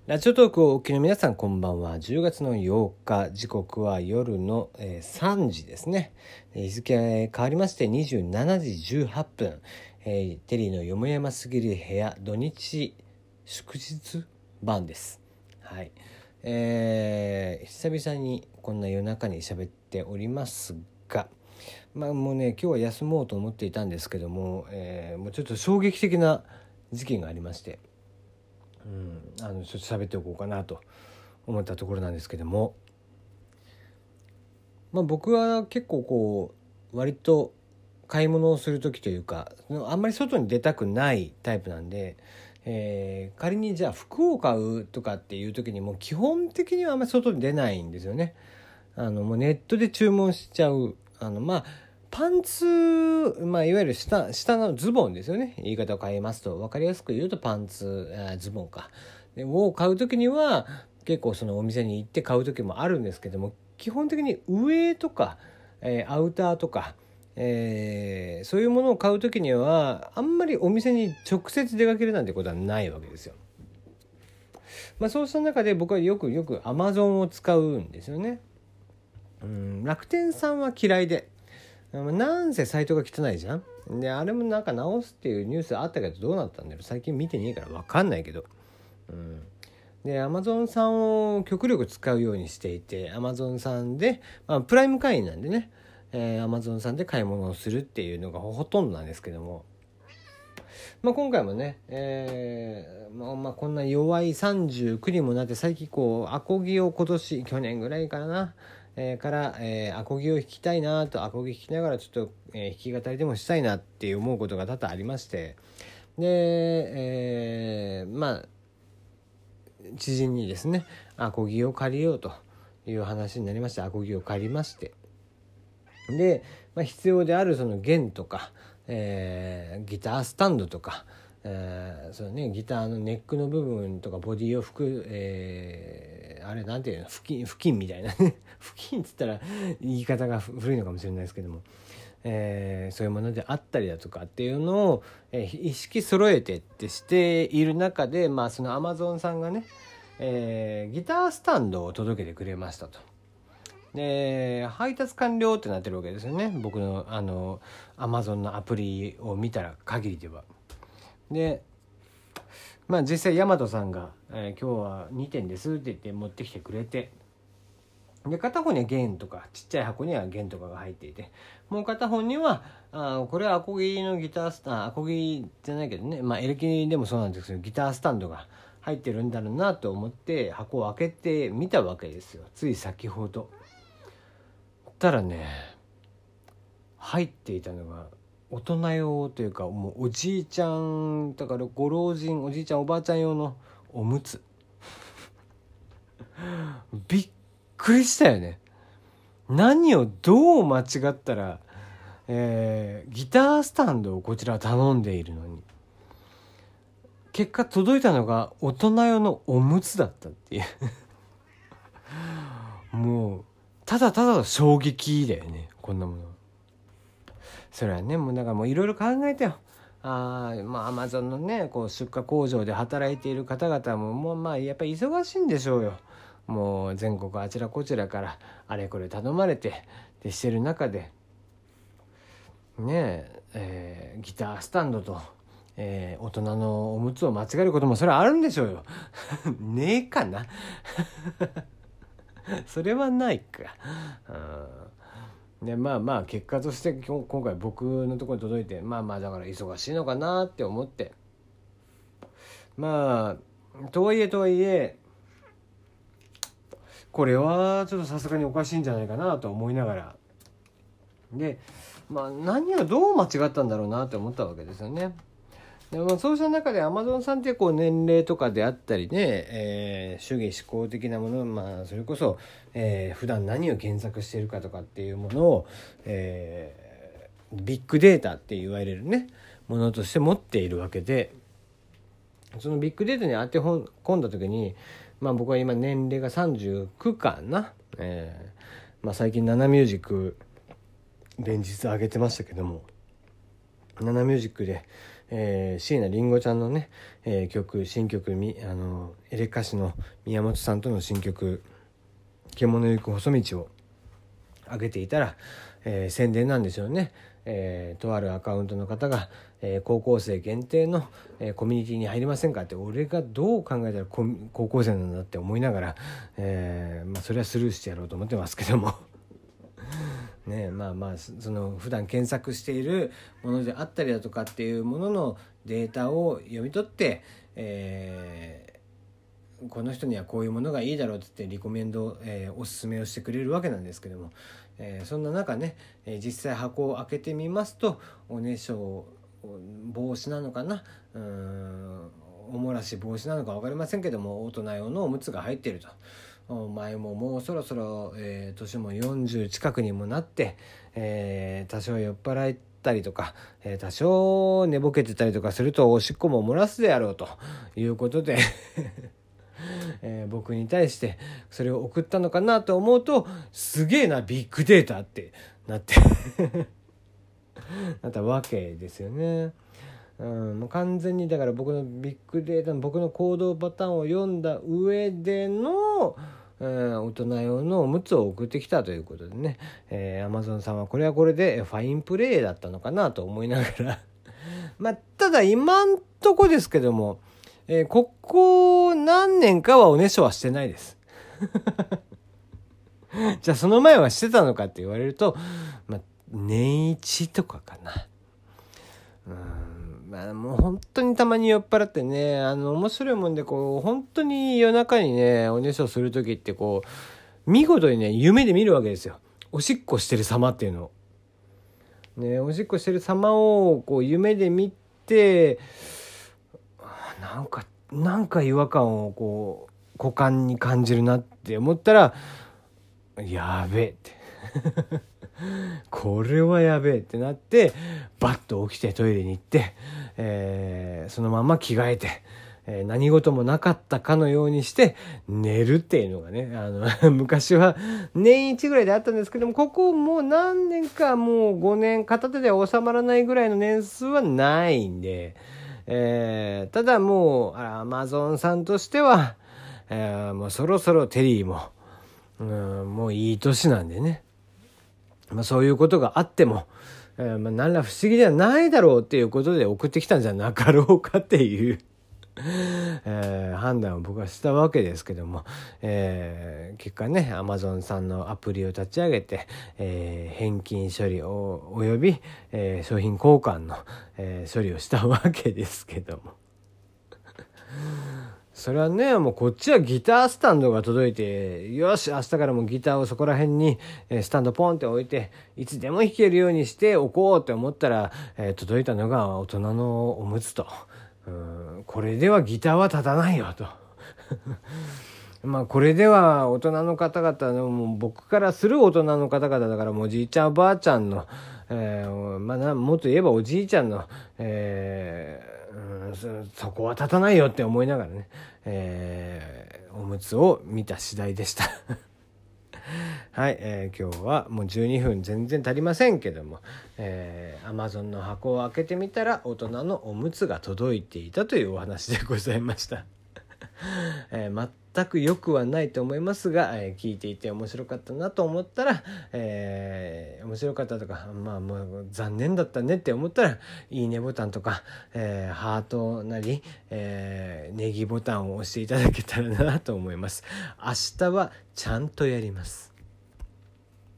ラジオトークをお聞きの皆さん、こんばんは。10月の8日、時刻は夜の3時ですね。日付変わりまして27時18分。テリーのよもやますぎる部屋、土日祝日版です。はい。久々にこんな夜中に喋っておりますが、もうね、今日は休もうと思っていたんですけども、もうちょっと衝撃的な事件がありまして、ちょっと喋っておこうかなと思ったところなんですけども、僕は結構割と買い物をする時というか、あんまり外に出たくないタイプなんで、仮にじゃあ服を買うとかっていう時にも基本的にはあんまり外に出ないんですよね。もうネットで注文しちゃう。パンツ、いわゆる下のズボンですよね。言い方を変えますと、分かりやすく言うとパンツ、ズボンか。を買うときには、結構そのお店に行って買うときもあるんですけども、基本的に上とか、アウターとか、そういうものを買うときには、あんまりお店に直接出かけるなんてことはないわけですよ。そうした中で僕はよく Amazon を使うんですよね。楽天さんは嫌いで、なんせサイトが汚いじゃん。であれもなんか直すっていうニュースあったけど、どうなったんだろう。最近見てねえから分かんないけど、で Amazon さんを極力使うようにしていて、 Amazon さんで、プライム会員なんでね、Amazon さんで買い物をするっていうのがほとんどなんですけども、今回もね、こんな弱い39にもなって、最近アコギを去年ぐらいからな、アコギを弾きたいなと、アコギ弾きながらちょっと、弾き語りでもしたいなって思うことが多々ありまして、で、知人にですね、アコギを借りようという話になりまして、アコギを借りまして、で、必要であるその弦とか、ギタースタンドとか、ギターのネックの部分とかボディを拭く、あれなんていうの、布巾みたいなね布巾っつったら言い方が古いのかもしれないですけども、そういうものであったりだとかっていうのを、意識揃えてってしている中で、その Amazon さんがね、ギタースタンドを届けてくれましたと。で配達完了ってなってるわけですよね、僕のAmazon のアプリを見たら限りでは。で実際ヤマトさんが、今日は2点ですって言って持ってきてくれて、で片方には弦とかちっちゃい箱には弦とかが入っていて、もう片方にはこれはアコギのギターアコギじゃないけどね、エレキでもそうなんですけど、ギタースタンドが入ってるんだろうなと思って箱を開けてみたわけですよ、つい先ほど。たらね、入っていたのが大人用というか、もうおじいちゃんだから、ご老人、おじいちゃんおばあちゃん用のおむつびっくりしたよね。何をどう間違ったら、ギタースタンドをこちら頼んでいるのに、結果届いたのが大人用のおむつだったっていうもうただただ衝撃だよね、こんなもの。それはね、もうだからもういろいろ考えてよ。アマゾンのね、出荷工場で働いている方々もやっぱり忙しいんでしょうよ。もう全国あちらこちらからあれこれ頼まれてでしてる中でね、ギタースタンドと、大人のおむつを間違えることもそれはあるんでしょうよねえかなそれはないか。で結果として今回僕のところに届いて、だから忙しいのかなって思って、とはいえこれはちょっとさすがにおかしいんじゃないかなと思いながら、で何をどう間違ったんだろうなって思ったわけですよね。でそうした中で Amazon さんって年齢とかであったりね、主義思考的なもの、それこそ、普段何を検索しているかとかっていうものを、ビッグデータって言われるねものとして持っているわけで、そのビッグデータに当て込んだ時に、僕は今年齢が39かな、最近ナナミュージック連日上げてましたけども、ナナミュージックで椎名林檎ちゃんのね、新曲エレカシの宮本さんとの新曲獣ゆく細道を上げていたら、宣伝なんでしょうね。とあるアカウントの方が、高校生限定の、コミュニティに入りませんかって、俺がどう考えたら高校生なんだって思いながら、それはスルーしてやろうと思ってますけどもね、その普段検索しているものであったりだとかっていうもののデータを読み取って、この人にはこういうものがいいだろうって言ってリコメンド、おすすめをしてくれるわけなんですけども、そんな中ね、実際箱を開けてみますと、おねしょ防止なのかな、おもらし防止なのか分かりませんけども、大人用のおむつが入っていると。前ももうそろそろ、年も40近くにもなって、多少酔っ払ったりとか、多少寝ぼけてたりとかするとおしっこも漏らすであろうということで僕に対してそれを送ったのかなと思うと、すげえなビッグデータってなってなったわけですよね。もう完全にだから僕のビッグデータの僕の行動パターンを読んだ上での、大人用のおむつを送ってきたということでね、Amazon さんはこれはこれでファインプレーだったのかなと思いながらただ今んとこですけども、ここ何年かはおねしょはしてないですじゃあその前はしてたのかって言われると、年一とかかな。もう本当にたまに酔っ払ってね、面白いもんで本当に夜中にねおねしょする時って見事にね夢で見るわけですよ。おしっこしてる様っていうのをね、おしっこしてる様を夢で見て、なんか違和感を股間に感じるなって思ったら、やべえってこれはやべえってなってバッと起きてトイレに行って、そのまま着替えて、何事もなかったかのようにして寝るっていうのがね、昔は年一ぐらいであったんですけども、ここもう何年か、もう5年片手で収まらないぐらいの年数はないんで、ただもうAmazonさんとしては、もうそろそろテリーも、もういい年なんでね、そういうことがあっても、何ら不思議ではないだろうっていうことで送ってきたんじゃなかろうかっていう判断を僕はしたわけですけども、結果ね Amazon さんのアプリを立ち上げて、返金処理をおよび、商品交換の、処理をしたわけですけどもそれはね、もうこっちはギタースタンドが届いて、よし明日からもギターをそこら辺にスタンドポンって置いていつでも弾けるようにしておこうって思ったら、届いたのが大人のおむつと。これではギターは立たないよとこれでは大人の方々の、もう僕からする大人の方々だから、もうじいちゃんおばあちゃんの、もっと言えばおじいちゃんの、そこは立たないよって思いながらね、おむつを見た次第でしたはい、今日はもう12分全然足りませんけども、Amazon の箱を開けてみたら大人のおむつが届いていたというお話でございました全く良くはないと思いますが、聞いていて面白かったなと思ったら、面白かったとか、もう残念だったねって思ったらいいねボタンとか、ハートなり、ネギボタンを押していただけたらなと思います。明日はちゃんとやります。